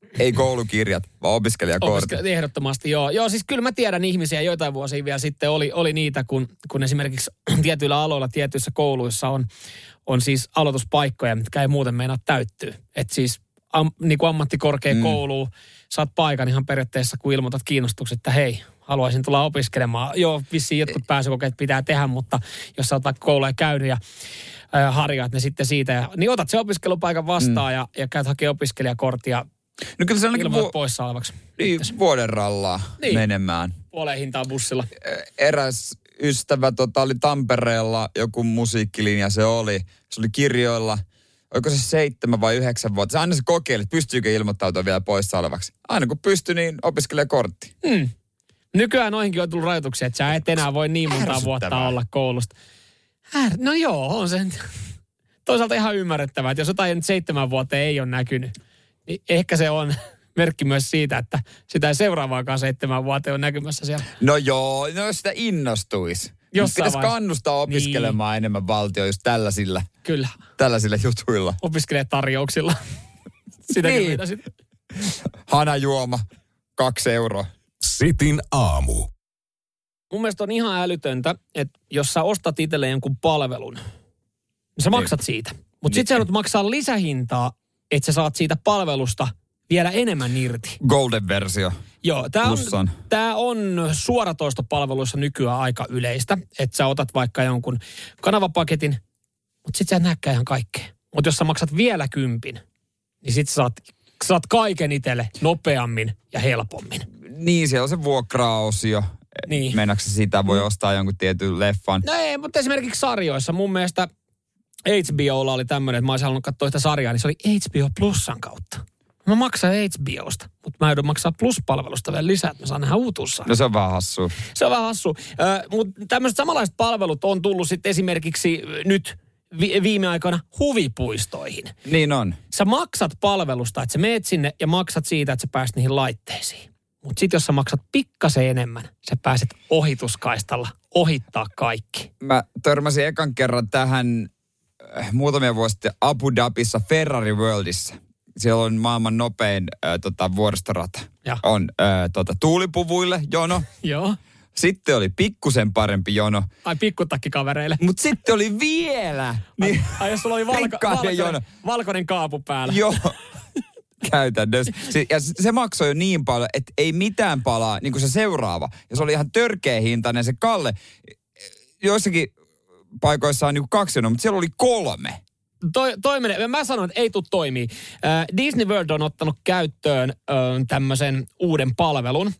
Ei koulukirjat, vaan opiskelijakortit. Opiskel- ehdottomasti, joo. Joo, siis kyllä mä tiedän ihmisiä, joitain vuosia vielä sitten oli, oli niitä, kun, kun esimerkiksi tietyillä aloilla, tietyissä kouluissa on, on siis aloituspaikkoja, mitkä ei muuten meinaa täyttyä. Että siis am, niin kuin ammattikorkeakouluun mm. saat paikan ihan periaatteessa, kun ilmoitat kiinnostukset, että hei, haluaisin tulla opiskelemaan. Joo, vissiin jotkut pääsykokeet pitää tehdä, mutta jos sä oot vaikka kouluja käynyt ja äh, harjaat ne sitten siitä, ja, niin otat se opiskelupaikan vastaan mm. ja, ja käyt hakemaan opiskelijakorttia. No kyllä se ainakin vu- poissa olevaksi. Niin, vuoden rallaa niin. menemään. Puoleen hintaan bussilla. Eräs ystävä tota, oli Tampereella, joku musiikkilinja se oli. Se oli kirjoilla, oliko se seitsemän vai yhdeksän vuotta. Se aina se kokeili, että pystyykö ilmoittautua vielä poissa olevaksi. Aina kun pystyi, niin opiskelee kortti. Hmm. Nykyään noihinkin on tullut rajoituksia, että sä et enää voi niin monta vuotta olla koulusta. Här, no joo, on se toisaalta ihan ymmärrettävää, että jos jotain nyt seitsemän vuotta ei ole näkynyt, niin ehkä se on merkki myös siitä, että sitä ei seuraavaakaan seitsemän vuotta ole näkymässä siellä. No joo, no jos sitä innostuisi. Pitäisi kannustaa opiskelemaan niin. enemmän valtio just tällaisilla, Kyllä. tällaisilla jutuilla. Opiskelijatarjouksilla. Sitäkin niin. pitäisi. Hanajuoma, kaksi euroa. Sitin aamu. Mun mielestä on ihan älytöntä, että jos sä ostat itselleen jonkun palvelun, niin sä maksat niin. siitä. Mutta niin. sit sä joudut maksaa lisähintaa, että sä saat siitä palvelusta vielä enemmän irti. Golden-versio. Joo, tää on, tää on suoratoistopalveluissa nykyään aika yleistä, että sä otat vaikka jonkun kanavapaketin, mutta sit sä et näkään ihan kaikkea. Mutta jos sä maksat vielä kympin, niin sit sä saat, sä saat kaiken itselle nopeammin ja helpommin. Niin, siellä on se vuokraosio. Niin. Meinaatko sitä voi ostaa jonkun tietyn leffan? No ei, mutta esimerkiksi sarjoissa mun mielestä H B O:lla oli tämmöinen, että mä olisin halunnut katsoa sitä sarjaa, niin se oli H B O Plusan kautta. Mä maksan H B Osta, mutta mä joudun maksaa Plus-palvelusta vielä lisää, että mä saan nähdä uutuussarjaa. No se on vähän hassua. Se on vähän hassua. Äh, mutta tämmöiset samanlaiset palvelut on tullut sitten esimerkiksi nyt vi- viime aikoina huvipuistoihin. Niin on. Sä maksat palvelusta, että sä meet sinne ja maksat siitä, että sä pääset niihin laitteisiin. Mutta sitten jos sä maksat pikkasen enemmän, sä pääset ohituskaistalla ohittaa kaikki. Mä törmäsin ekan kerran tähän äh, muutamia vuosia sitten Abu Dhabissa Ferrari Worldissa. Siellä on maailman nopein äh, tota, vuoristorata. Ja. On äh, tota, tuulipuvuille jono. Joo. Sitten oli pikkusen parempi jono. Ai pikkutakkikavereille. Mutta sitten oli vielä. Niin, ai, ai jos sulla oli valko, valkoinen, valkoinen kaapu päällä. Joo. Käytännössä. Ja se maksoi jo niin paljon, että ei mitään palaa, niin kuin se seuraava. Ja se oli ihan törkeä hintainen se Kalle. Joissakin paikoissa on niin kuin kaksi jonoa, mutta siellä oli kolme. Toi, toi menee. Mä sanon, että ei tule toimii. Äh, Disney World on ottanut käyttöön äh, tämmöisen uuden palvelun,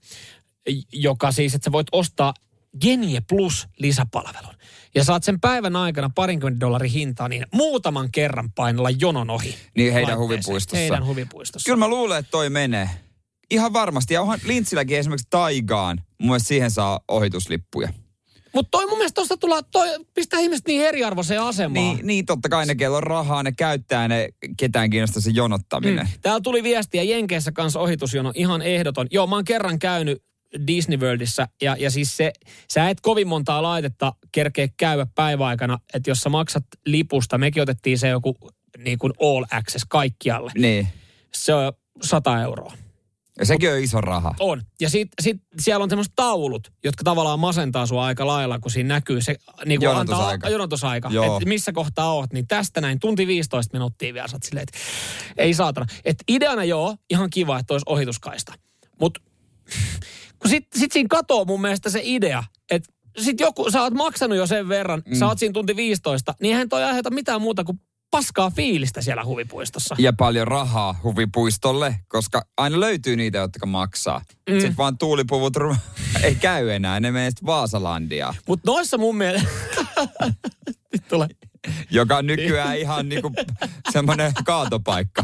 joka siis, että sä voit ostaa Genie Plus lisäpalvelun. Ja saat sen päivän aikana parinkymmentä dollarin hintaa, niin muutaman kerran painella jonon ohi. Niin heidän huvipuistossa. Heidän huvipuistossa. Kyllä mä luulen, että toi menee. Ihan varmasti. Ja onhan Lintsilläkin esimerkiksi Taigaan. Mun mielestä siihen saa ohituslippuja. Mutta toi mun mielestä tuosta tulla, toi pistää ihmiset niin eriarvoiseen asemaan. Niin, niin totta kai ne, kello on rahaa, ne käyttää, ne ketään kiinnostaa se jonottaminen. Mm. Täällä tuli viestiä Jenkeissä kanssa ohitusjono, ihan ehdoton. Joo, mä oon kerran käynyt Disney Worldissa ja, ja siis se, sä et kovin montaa laitetta kerkeä käydä päiväaikana, että jos sä maksat lipusta, mekin otettiin se joku niin kuin all access kaikkialle. Niin. Se on sata euroa. Ja sekin on iso raha. On. Ja sitten sit siellä on semmoiset taulut, jotka tavallaan masentaa sua aika lailla, kun siinä näkyy se niin kuin jonotusaika. Antaa, jonotusaika. Että missä kohtaa oot, niin tästä näin tunti viisitoista minuuttia vielä. Sä oot silleen, että ei saatana. Että ideana joo, ihan kiva, että olisi ohituskaista. Mutta kun sit, sit siinä katoo mun mielestä se idea, että sit joku, sä oot maksanut jo sen verran, mm. sä oot siinä tunti viisitoista, niin eihän toi aiheuta mitään muuta kuin paskaa fiilistä siellä huvipuistossa. Ja paljon rahaa huvipuistolle, koska aina löytyy niitä, jotka maksaa. Mm. Sitten vaan tuulipuvut ei käy enää, ne menee sitten Vaasalandia. Mutta noissa mun mielestä... tulee. Joka on nykyään ihan niinku semmoinen kaatopaikka.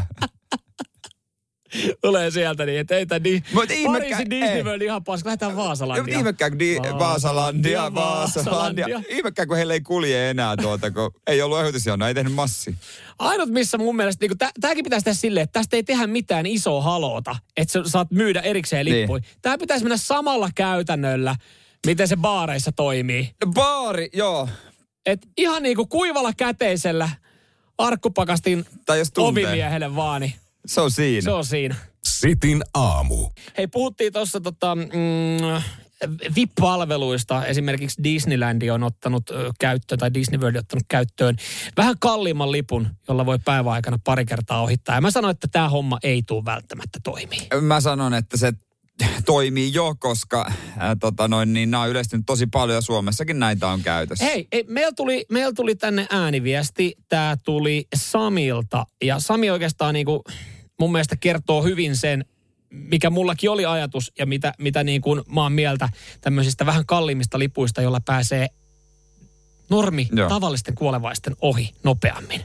Tulee sieltä niin, että ei tämän niin... Pariisin Disney World ihan paska. Lähdetään Vaasalandia. Ihmekään kun di- Vaasalandia, Vaasalandia. Ihmekään kun heille ei kulje enää tuota, kun ei ollut ehdotusjona, ei tehnyt massi. Ainut missä mun mielestä, niin tämäkin pitäisi tehdä silleen, että tästä ei tehdä mitään isoa haloota, että sä saat myydä erikseen lippuja. Niin. Tämä pitäisi mennä samalla käytännöllä, miten se baareissa toimii. Baari, joo. Et ihan niin kuin kuivalla käteisellä arkkupakastin ovimiehelle vaan, niin se on siinä. Se on siinä. Sitin aamu. Hei, puhuttiin tuossa tota, mm, V I P-palveluista. Esimerkiksi Disneyland on ottanut ö, käyttöön, tai Disney World on ottanut käyttöön vähän kalliimman lipun, jolla voi päiväaikana pari kertaa ohittaa. Ja mä sanoin, että tämä homma ei tule välttämättä toimii. Mä sanon, että se toimii jo, koska ää, tota noin, niin nämä on yleistynyt tosi paljon ja Suomessakin näitä on käytössä. Hei, ei, meillä tuli, meil tuli tänne ääniviesti. Tämä tuli Samilta. Ja Sami oikeastaan niinku, mun mielestä kertoo hyvin sen, mikä mullakin oli ajatus ja mitä, mitä niin kuin mä oon mieltä tämmöisistä vähän kalliimmista lipuista, jolla pääsee normi Joo. tavallisten kuolevaisten ohi nopeammin.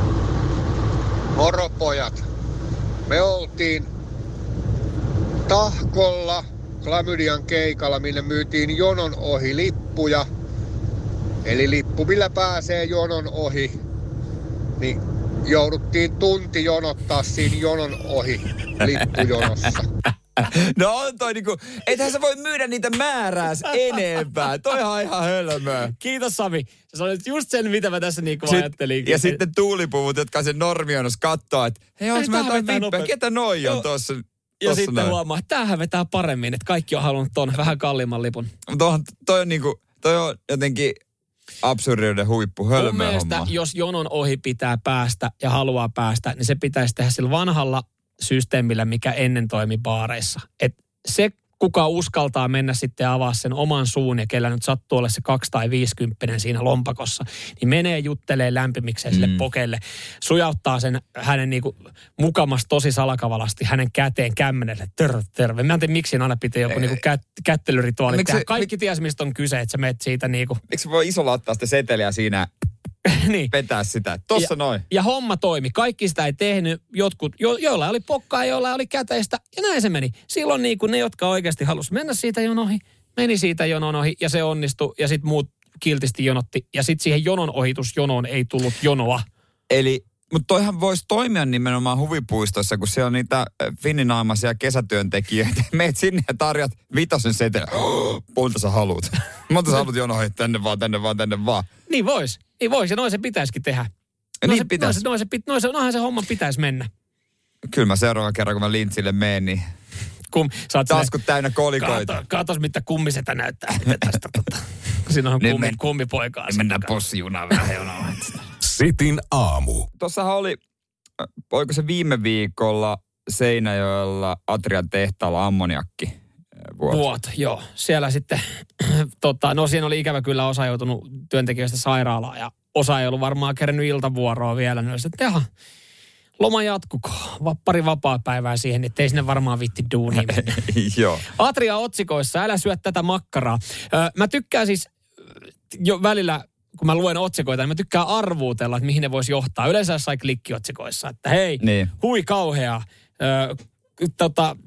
Moro pojat. Me oltiin Tahkolla Klamydian keikalla, minne myytiin jonon ohi lippuja. Eli lippu, millä pääsee jonon ohi. Niin jouduttiin tunti jonottaa siinä jonon ohi lippujonossa. No on toi niinku, ethän sä voi myydä niitä määrääs enempää. Toihan on ihan hölmöä. Kiitos Sami. Sä sanoit just sen, mitä mä tässä niinku Sit, ajattelin. Ja sitten tuulipuvut, jotka sen normionos kattoo, että hei, onks mä jotain vippejä? Ketä noi on tossa? Ja sitten näin. Huomaa, että tämähän vetää paremmin, että kaikki on halunnut ton vähän kalliimman lipun. Mutta toi on niinku, toi on jotenkin absurdiuden huippu, hölmö Mun mielestä, homma. jos jonon ohi pitää päästä ja haluaa päästä, niin se pitäisi tehdä sillä vanhalla systeemillä, mikä ennen toimi baareissa. Et se, kuka uskaltaa mennä sitten ja avaa sen oman suun ja kellä nyt sattuu olla se kaksi tai viisikymppinen siinä lompakossa, niin menee juttelee lämpimikseen sille mm. pokeelle, sujauttaa sen hänen niinku mukamas tosi salakavalasti hänen käteen kämmenelle. Terve, terve. Mä en tiedä, miksi aina pitää joku niinku kät, kättelyrituaali tehdä. Kaikki mik... ties, mistä on kyse, että sä menet siitä niinku. Miksi voi isolla ottaa sitä seteliä siinä niin. Petää sitä. Tossa ja, noin. Ja homma toimi. Kaikki sitä ei tehnyt. Jotkut, jo, joilla oli pokkaa, joilla oli käteistä. Ja näin se meni. Silloin niin kuin ne, jotka oikeasti halusi mennä siitä jonon ohi, meni siitä jonon ohi ja se onnistui. Ja sitten muut kiltisti jonotti. Ja sitten siihen jonon ohitusjonoon ei tullut jonoa. Eli, mutta toihan voisi toimia nimenomaan huvipuistossa, kun siellä on niitä finninaamaisia kesätyöntekijöitä. Meet sinne ja tarjot vitosen setelä. Oh, monta sä haluut? Monta sä haluut jonon ohi? Tänne vaan, tänne vaan, tänne vaan. Niin vois. Niin vois, ja noin se pitäisikin tehdä. Ja niin pitäisi. Noin se, noin se, noinhan se homma pitäisi mennä. Kyllä mä seuraavan kerran, kun mä Lintsille menen, niin Kum, taskut täynnä kolikoita. Kato, katos, mitä kummisetä näyttää. Tästä, tota. Siinä on kummi, men, kummipoikaa. Niin mennään possijunaan vähän jonoa. Sitin aamu. Tuossahan oli, oliko se viime viikolla Seinäjoella Atrian tehtaalla ammoniakki? Vuoto. Vuoto, joo. Siellä sitten, tota, no siinä oli ikävä kyllä osa joutunut työntekijöistä sairaalaan ja osa ei ollut varmaan kerännyt iltavuoroa vielä. Niin olisi, että jaha, loma jatkuko. Pari vapaa-päivää siihen, että ei sinne varmaan vitti duunia mennä. Joo. Atria otsikoissa, älä syö tätä makkaraa. Ö, mä tykkään siis jo välillä, kun mä luen otsikoita, niin mä tykkään arvuutella, että mihin ne voisi johtaa. Yleensä jossain klikkiotsikoissa, että hei, niin. hui kauhea, ö, tota...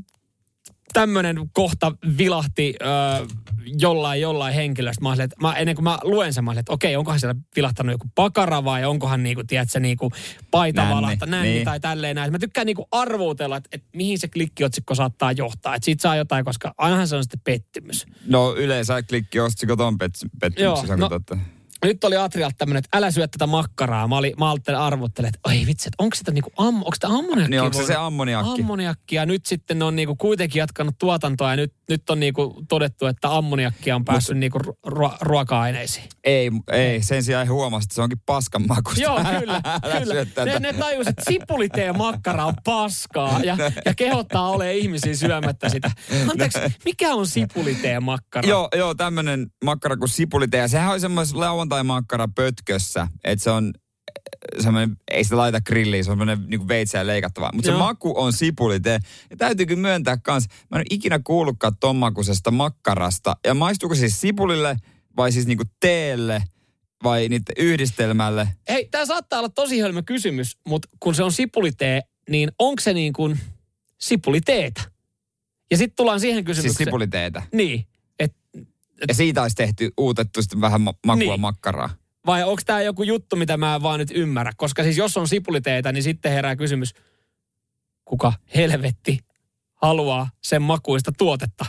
tämmöinen kohta vilahti ö, jollain, jollain henkilöstä. Mä, että mä ennen kuin mä luen sen, mä olin, että okei, onkohan siellä vilahtanut joku pakara vai onkohan niinku, tiedätkö, niinku paitavalahta, nänni niin. tai tälleen näin. Mä tykkään niinku arvuutella, että, että mihin se klikkiotsikko saattaa johtaa. Että siitä saa jotain, koska ainahan se on sitten pettymys. No yleensä klikkiotsikot on pet- pettymys. Joo, no, nyt oli Atrialta tämmöinen, että älä syö tätä makkaraa. Mä, olin, mä arvottelin, että oi vitsi, että onko sitä niinku, am, onko sitä ammoniakki? Niin onko se se ammoniakki? Ammoniakki ja nyt sitten ne on niinku kuitenkin jatkanut tuotantoa ja nyt, nyt on niinku todettu, että ammoniakkia on päässyt Mut, niinku ruo- ruoka-aineisiin. Ei, ei, sen sijaan ei huomasi, että se onkin paskan makusta. Joo, kyllä, kyllä. Ne, ne tajus, että sipuliteen makkara on paskaa ja, ja kehottaa olemaan ihmisiä syömättä sitä. Anteeksi, mikä on sipuliteen makkara? Joo, joo, tämmöinen makkara kuin sipuliteen. Sehän on semmoisessa lauantai-makkara pötkössä, että se on semmoinen, ei sitä laita grilliin, se on semmoinen niin kuin veitseen leikattava. Mutta se maku on sipulite. Ja täytyykin myöntää kans, mä en ole ikinä kuullutkaan ton makuisesta makkarasta. Ja maistuuko siis sipulille vai siis niin kuin teelle vai niiden yhdistelmälle? Hei, tää saattaa olla tosi hölmö kysymys, mutta kun se on sipulitee, niin onko se niin kuin sipuliteetä? Ja sitten tullaan siihen kysymykseen. Siis sipuliteetä? Niin. Et, et, ja siitä olisi tehty uutettu sitten vähän ma- makua niin. makkaraa. Vai onko tämä joku juttu, mitä mä en vaan nyt ymmärrä? Koska siis jos on sipuliteitä, niin sitten herää kysymys, kuka helvetti haluaa sen makuista tuotetta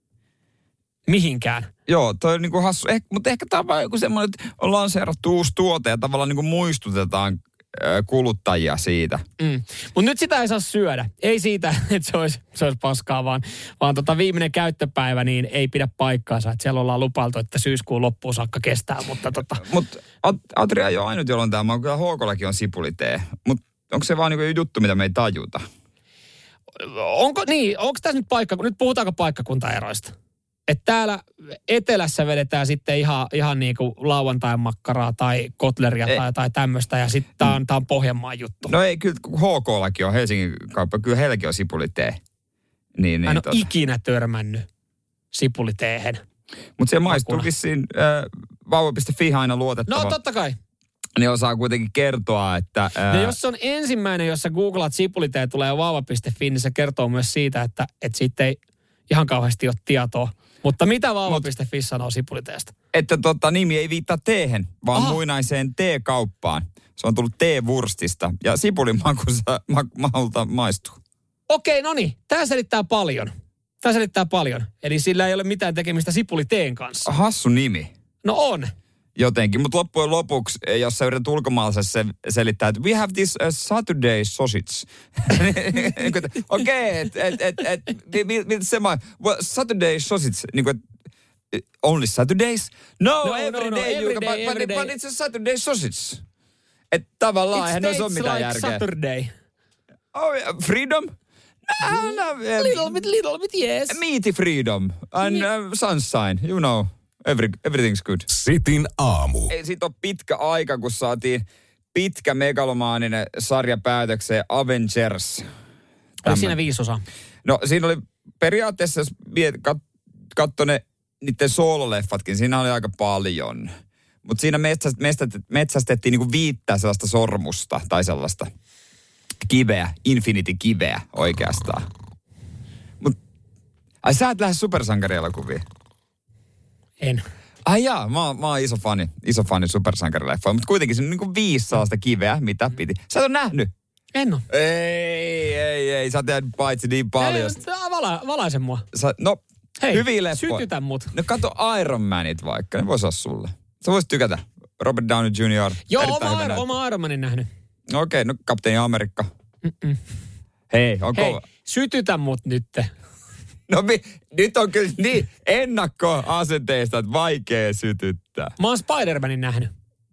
mihinkään? Joo, toi on niinku hassu. Eh, mutta ehkä tämä on vaan joku semmoinen, että on lanseerattu uusi tuote ja tavallaan niinku muistutetaan kuluttajia siitä. Mm. Mutta nyt sitä ei saa syödä. Ei siitä, että se olisi, se olisi paskaa, vaan, vaan tota viimeinen käyttöpäivä niin ei pidä paikkaansa. Että siellä ollaan lupailtu, että syyskuun loppuun saakka kestää. Mutta tota... Mut Atria ei ole ainut, jolloin tämä on. Kyllä H K:llakin on sipulitee. Mutta onko se vaan niinku juttu, mitä me ei tajuta? Onko niin, onko tässä nyt paikka, nyt puhutaanko paikkakuntaeroista? Että täällä etelässä vedetään sitten ihan, ihan niin kuin lauantain makkaraa tai kotleria ei. tai, tai tämmöistä. Ja sitten tämä on, on Pohjanmaan juttu. No ei, kyllä H K:llakin on Helsingin kauppa. Kyllä heilläkin on sipulitee. Niin, niin, en ole tota. ikinä törmännyt sipuliteehen. Mutta se maistuu vissiin äh, vauva piste fi aina luotettava. No totta kai. Ne osaa kuitenkin kertoa, että... Ää... Ja jos se on ensimmäinen, jossa googlaat sipulitee tulee vauva piste fi, niin se kertoo myös siitä, että, että siitä ei ihan kauheasti ole tietoa. Mutta mitä vauva piste fi sanoo sipuliteesta? Että tota, nimi ei viittaa teehen, vaan Aha. muinaiseen teekauppaan. Se on tullut teevurstista ja sipulin makussa ma- mahulta maistuu. Okei, no niin. Tämä selittää paljon. Tämä selittää paljon. Eli sillä ei ole mitään tekemistä sipuliteen kanssa. Hassu nimi. No on. Jotenkin, mutta loppujen lopuksi, jos sä yrität ulkomaalaisessa selittää, että we have this uh, Saturday sausage. Okei, että et, et, et, et, se mä, well, Saturday sausage, niin kuin, only Saturdays? No, no every no, day, no, every day, every day. But it's a Saturday sausage. Että tavallaan, eihän ne ole mitään like järkeä. Saturday. Oh, yeah, freedom? No, no, um, little bit, little bit, yes. Meaty freedom and uh, sunshine, you know. Every, everything's good. Sitin aamu. Ei siitä ole pitkä aika, kun saatiin pitkä megalomaaninen sarja päätökseen Avengers. Oli siinä viisosa. No siinä oli periaatteessa, jos kat, katsoi ne niiden soololeffatkin, siinä oli aika paljon. Mutta siinä metsästettiin, metsästettiin niinku viittä sellaista sormusta tai sellaista kiveä, Infinity-kiveä oikeastaan. Mut, ai sä et lähde supersankarielokuviin? En. Ai jaa, mä, mä oon iso fani, iso fani supersankarileffoja, mutta kuitenkin se on niinku viisi sellaista kiveä, mitä piti. Sä et ole nähnyt? En oo. Ei, ei, ei, sä oot tehnyt paitsi niin paljon. Ei, vala, valaise mua. Sä, no, hei, hyviä leffoja. sytytä mut. No kato Iron Manit vaikka, ne vois olla sulle. Sä voisit tykätä. Robert Downey junior Joo, oma, Iron, oma Iron Manin nähnyt. No okei, okay, no Kapteeni Amerikka. Mm-mm. Hei, onko... Hei, sytytä mut nytte. No mi, nyt on kyllä niin ennakkoasenteista, että vaikea sytyttää. Mä oon Spider-Manin nähnyt.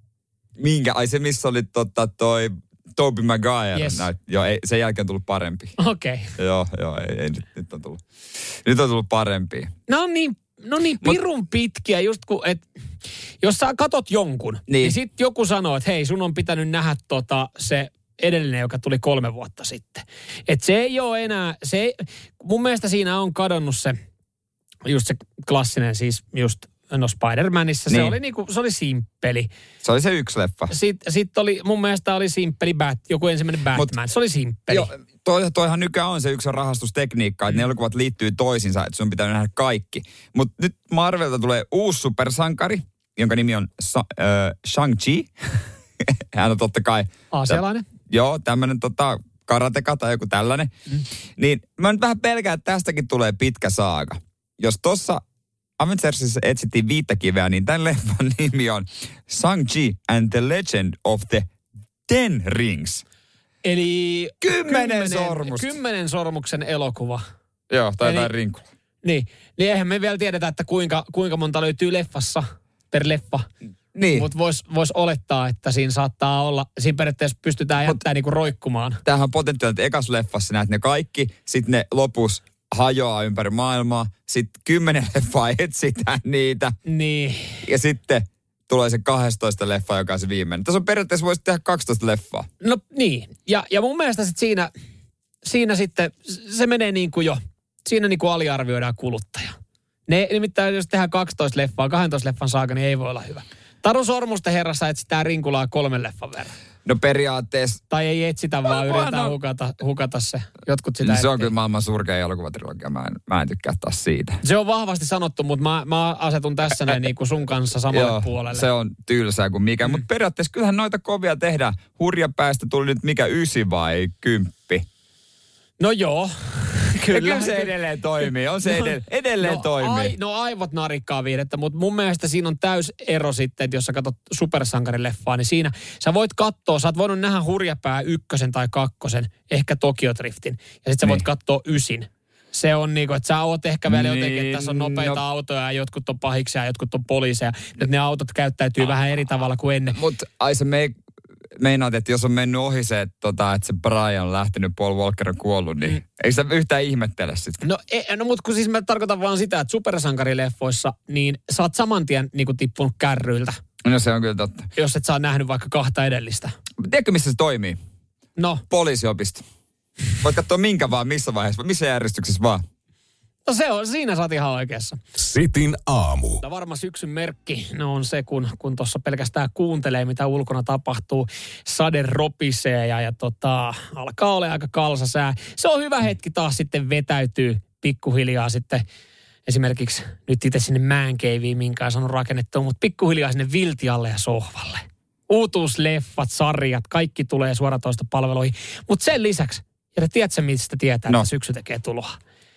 Minkä? Ai se, missä oli tota toi Tobey Maguire. Yes. Näyt, joo, ei, sen jälkeen on tullut parempi. Okei. Okay. Joo, joo, ei, ei nyt, nyt on tullut. Nyt on tullut parempi. No on niin, no niin pirun Mut, pitkiä, just kun, et, jos sä katot jonkun, niin, niin sit joku sanoo, että hei, sun on pitänyt nähdä tota se edellinen, joka tuli kolme vuotta sitten. Että se ei ole enää, se ei, mun mielestä siinä on kadonnut se, just se klassinen siis just, no Spider-Manissa, niin. se oli niinku, se oli simppeli. Se oli se yksi leffa. Sitten sit oli, mun mielestä oli simppeli Bat, joku ensimmäinen Batman, Mut, se oli simppeli. Joo, toi, toihan nykyään on se yksi rahastustekniikka, että mm. ne elokuvat liittyy toisiinsa, että sun pitää nähdä kaikki. Mutta nyt Marvelta tulee uusi supersankari, jonka nimi on Sa- äh, Shang-Chi. Hän on totta kai... Aasialainen. Joo, tämmöinen tota, karateka tai joku tällainen. Mm. Niin mä nyt vähän pelkään, että tästäkin tulee pitkä saaga. Jos tossa Avengersissa etsittiin viittä kiveä, niin tämän leffan nimi on Shang-Chi and the Legend of the Ten Rings. Eli... Kymmenen, kymmenen sormusta. Kymmenen sormuksen elokuva. Joo, tai Eli, jotain rinkula. Niin, niin eihän me vielä tiedetä, että kuinka, kuinka monta löytyy leffassa per leffa. Niin. Mutta voisi vois olettaa, että siinä saattaa olla, siinä periaatteessa pystytään jättämään niinku roikkumaan. Tämähän on potentiaalinen, että ekas leffassa näet ne kaikki, sitten ne lopussa hajoaa ympäri maailmaa, sitten kymmenen leffaa etsitään niitä. Niin. Ja sitten tulee se kaksitoista leffa, joka on se viimeinen. Tässä on periaatteessa voisi tehdä kaksitoista leffaa. No niin, ja, ja mun mielestä sit siinä, siinä sitten, se menee niin kuin jo, siinä niin kuin aliarvioidaan kuluttaja. Ne, nimittäin jos tehdään kaksitoista leffaa, kaksitoista leffan saaga, niin ei voi olla hyvä. Taru Sormusten herrassa etsitään rinkulaa kolmen leffan verran. No periaatteessa... Tai ei etsitä, no, vaan yritetään no. hukata, hukata se. Jotkut sitä no, se on kyllä maailman surkein elokuvatrilogia. Mä en, mä en tykkää taas siitä. Se on vahvasti sanottu, mutta mä, mä asetun tässä näin niin kuin sun kanssa samalle Joo, puolelle. Se on tylsää kuin mikä. Mm. Mutta periaatteessa kyllähän noita kovia tehdään. Hurjapäästä tuli nyt mikä ysi vai kymppi? No joo. Kyllä, kyllä se edelleen toimii. On se edelleen, edelleen no, toimii. Ai, no aivot narikkaa viihdettä, mutta mun mielestä siinä on täys ero sitten, että jos sä katsot supersankarileffaa, niin siinä sä voit katsoa, sä oot voinut nähdä Hurjapää ykkösen tai kakkosen, ehkä Tokyo Driftin, ja sit sä niin. voit katsoa ysin. Se on niinku, että sä oot ehkä vielä niin, jotenkin, että tässä on nopeita no, autoja ja jotkut on pahiksia ja jotkut on poliiseja. Nyt ne autot käyttäytyy ah, vähän eri tavalla kuin ennen. Mutta ai se me, meinaat, että jos on mennyt ohi se, että, tota, että se Brian on lähtenyt, Paul Walker on kuollut, niin mm. ei sitä yhtään ihmettele sitten. No, e, no mutta kun siis mä tarkoitan vaan sitä, että supersankarileffoissa, niin sä oot saman tien niinku tippunut kärryiltä. No se on kyllä totta. Jos et sä oot nähnyt vaikka kahta edellistä. Tiedätkö, missä se toimii? No. Poliisiopisto. Voit katsoa minkä vaan, missä vaiheessa, missä järjestyksessä vaan. No se on, siinä sä oot ihan oikeassa. Sitin aamu. Varma syksyn merkki no on se, kun, kun tuossa pelkästään kuuntelee, mitä ulkona tapahtuu. Sade ropisee ja, ja tota, alkaa olla aika kalsa sää. Se on hyvä hetki taas sitten vetäytyy pikkuhiljaa sitten esimerkiksi nyt itse sinne Mänkeiviin, minkä on saanut rakennettua, mutta pikkuhiljaa sinne viltialle ja sohvalle. Uutuusleffat, sarjat, kaikki tulee suoratoistopalveluihin. Mutta sen lisäksi, ja tiedätkö mistä tietää, no. että syksy tekee tuloa?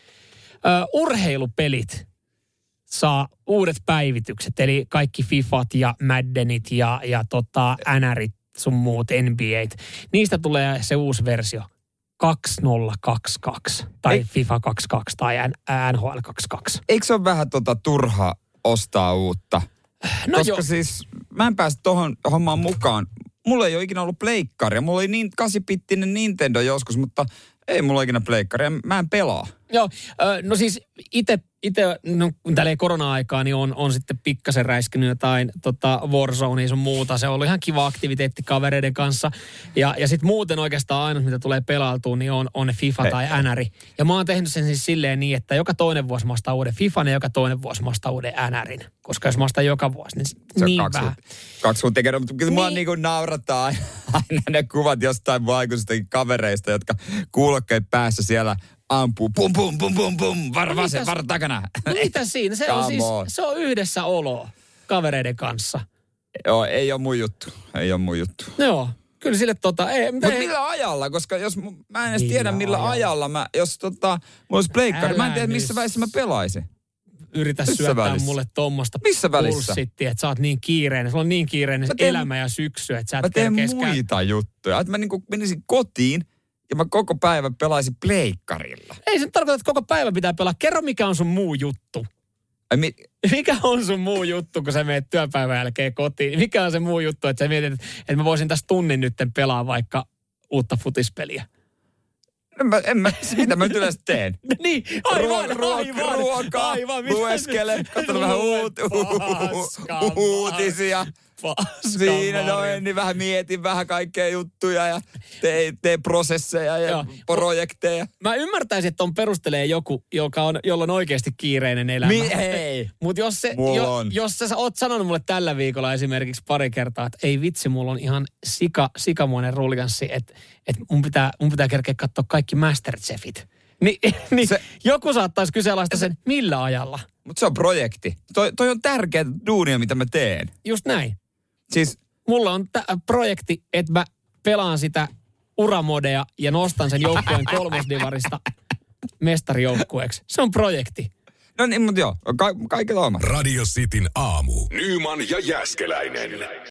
Ö, urheilupelit saa uudet päivitykset, eli kaikki Fifat ja Maddenit ja, ja tota, N Rit sun muut N B A:t. Niistä tulee se uusi versio. kaksituhattakaksikymmentäkaksi tai Ei. FIFA kaksikymmentäkaksi tai N H L kaksikymmentäkaksi. Eikö se ole vähän tota turha ostaa uutta? No Koska jo. siis mä en päästä tohon hommaan mukaan. Mulla ei ole ikinä ollut pleikkaria. Mulla oli niin kasipittinen Nintendo joskus, mutta ei mulla ole ikinä pleikkaria. Mä en pelaa. Joo, no siis itse, ite, no kun täällä ei korona-aikaa, niin on, on sitten pikkasen räiskinyt jotain tota Warzonea sun muuta. Se on ollut ihan kiva aktiviteetti kavereiden kanssa. Ja, ja sitten muuten oikeastaan ainut, mitä tulee pelailtua, niin on, on FIFA He. tai N R. Ja mä oon tehnyt sen siis silleen niin, että joka toinen vuosi mä ostan uuden FIFAn ja joka toinen vuosi mä ostan uuden N Rin. Koska jos mä ostan joka vuosi, niin se niin kaksi vähän. Kaksi huutia kerran, mutta kyllä niin. mua niinku naurataa aina ne kuvat jostain vaikutustakin kavereista, jotka kuulokkeet päässä siellä ampuu, pum pum pum pum pum, var vasen, var takana. No mitä siinä? Se on siis, se on yhdessä olo kavereiden kanssa. Joo, ei ole mun juttu. Ei ole mun juttu. Joo, kyllä sille tota, ei. Mutta millä ajalla? Koska jos, mä en edes millä tiedä millä ajalla, ajalla mä, jos tota, mulla olisi pleikkari, mä en tiedä missä välissä mä pelaisin. Yritä missä syöttää välissä? mulle tommosta pulssittia, että sä oot niin kiireinen. Sulla on niin kiireinen teen, elämä ja syksy, että sä et mä teen kerkeeskään. muita juttuja. Että mä niinku menisin kotiin ja mä koko päivän pelaisin pleikkarilla. Ei se tarkoita, että koko päivä pitää pelaa. Kerro, mikä on sun muu juttu. Ai, mi- mikä on sun muu juttu, kun sä menet työpäivän jälkeen kotiin? Mikä on se muu juttu, että sä mietit, että mä voisin tässä tunnin nytten pelaa vaikka uutta futispeliä? En mä, en mä, mitä mä nyt yleensä teen? niin, aivan, Ruo, aivan. Ruoka, aivan, lueskele, katson vähän uut, u- uutisia. Paska Siinä noin, niin vähän mietin vähän kaikkea juttuja ja teen tee prosesseja ja Joo. projekteja. Mä ymmärtäisin, että on perustelee joku, joka on, jolla on oikeasti kiireinen elämä. Mi- hei, Mutta jos, se, jo, jos sä oot sanonut mulle tällä viikolla esimerkiksi pari kertaa, että ei vitsi, mulla on ihan sika, sikamoinen ruljanssi, että, että mun pitää, mun pitää kerkeä katsoa kaikki Masterchefit. Ni, niin se, joku saattaisi kyseenalaista sen millä ajalla. Mutta se on projekti. Toi, toi on tärkeä duunia, mitä mä teen. Just näin. Siis mulla on t- projekti, että mä pelaan sitä uramodea ja nostan sen joukkueen kolmosdivarista mestarijoukkueeksi. Se on projekti. No niin, mutta joo, ka- kaikilla oma. Radio Cityn aamu. Nyman ja Jääskeläinen.